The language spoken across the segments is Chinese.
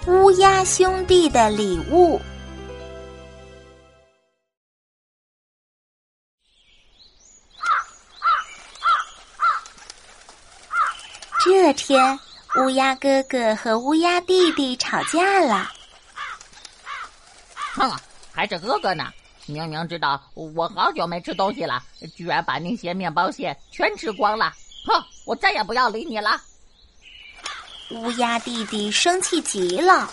乌鸦兄弟的礼物。这天，乌鸦哥哥和乌鸦弟弟吵架了。 哼，还是哥哥呢！明明知道我好久没吃东西了，居然把那些面包屑全吃光了！哼，我再也不要理你了！ 乌鸦弟弟生气极了。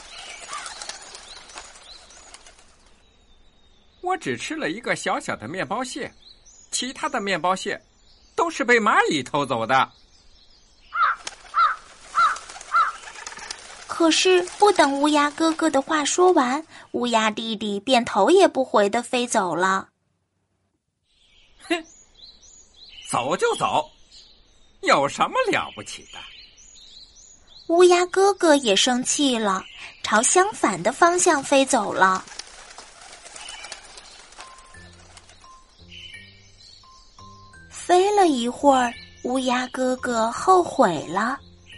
我只吃了一个小小的面包屑，其他的面包屑都是被蚂蚁偷走的。 可是不等乌鸦哥哥的话说完，乌鸦弟弟便头也不回地飞走了。 哼，走就走，有什么了不起的？ 乌鸦哥哥也生气了，朝相反的方向飞走了。飞了一会儿，乌鸦哥哥后悔了。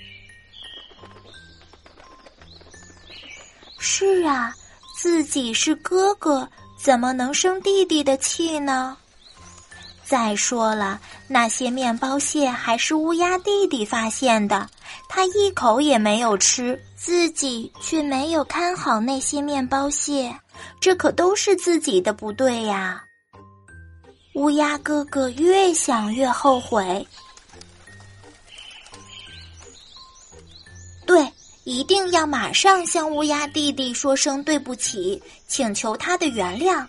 是啊，自己是哥哥，怎么能生弟弟的气呢？再说了，那些面包屑还是乌鸦弟弟发现的，他一口也没有吃，自己却没有看好那些面包屑，这可都是自己的不对呀。乌鸦哥哥越想越后悔。对，一定要马上向乌鸦弟弟说声对不起，请求他的原谅。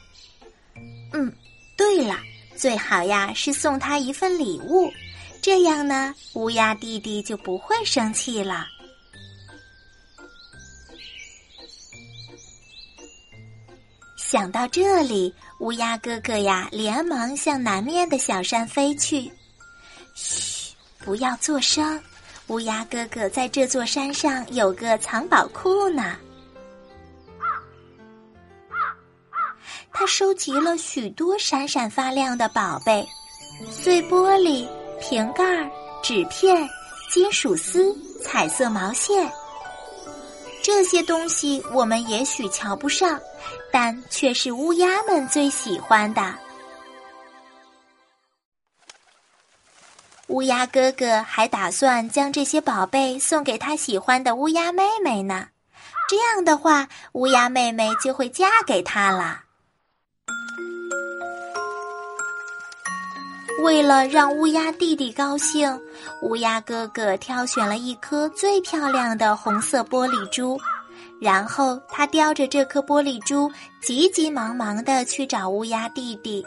对了，最好呀是送他一份礼物，这样呢，乌鸦弟弟就不会生气了。想到这里，乌鸦哥哥呀连忙向南面的小山飞去。嘘，不要作声，乌鸦哥哥在这座山上有个藏宝库呢。他收集了许多闪闪发亮的宝贝，碎玻璃、瓶盖、纸片、金属丝、彩色毛线。这些东西我们也许瞧不上，但却是乌鸦们最喜欢的。乌鸦哥哥还打算将这些宝贝送给他喜欢的乌鸦妹妹呢，这样的话，乌鸦妹妹就会嫁给他了。为了让乌鸦弟弟高兴，乌鸦哥哥挑选了一颗最漂亮的红色玻璃珠，然后他叼着这颗玻璃珠，急急忙忙地去找乌鸦弟弟。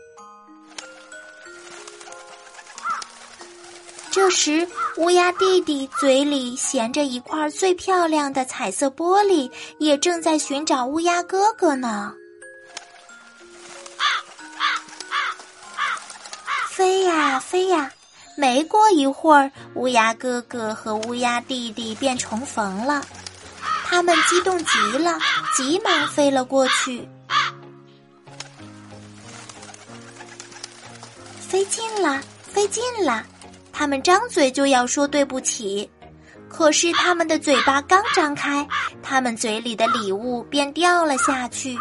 这时，乌鸦弟弟嘴里衔着一块最漂亮的彩色玻璃，也正在寻找乌鸦哥哥呢。飞呀飞呀，没过一会儿，乌鸦哥哥和乌鸦弟弟便重逢了。他们激动极了，急忙飞了过去。飞近了，飞近了！他们张嘴就要说对不起，可是他们的嘴巴刚张开，他们嘴里的礼物便掉了下去。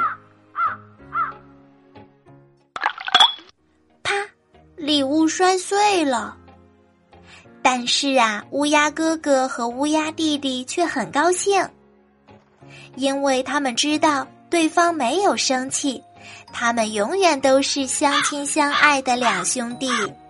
礼物摔碎了，但是啊，乌鸦哥哥和乌鸦弟弟却很高兴，因为他们知道对方没有生气，他们永远都是相亲相爱的两兄弟。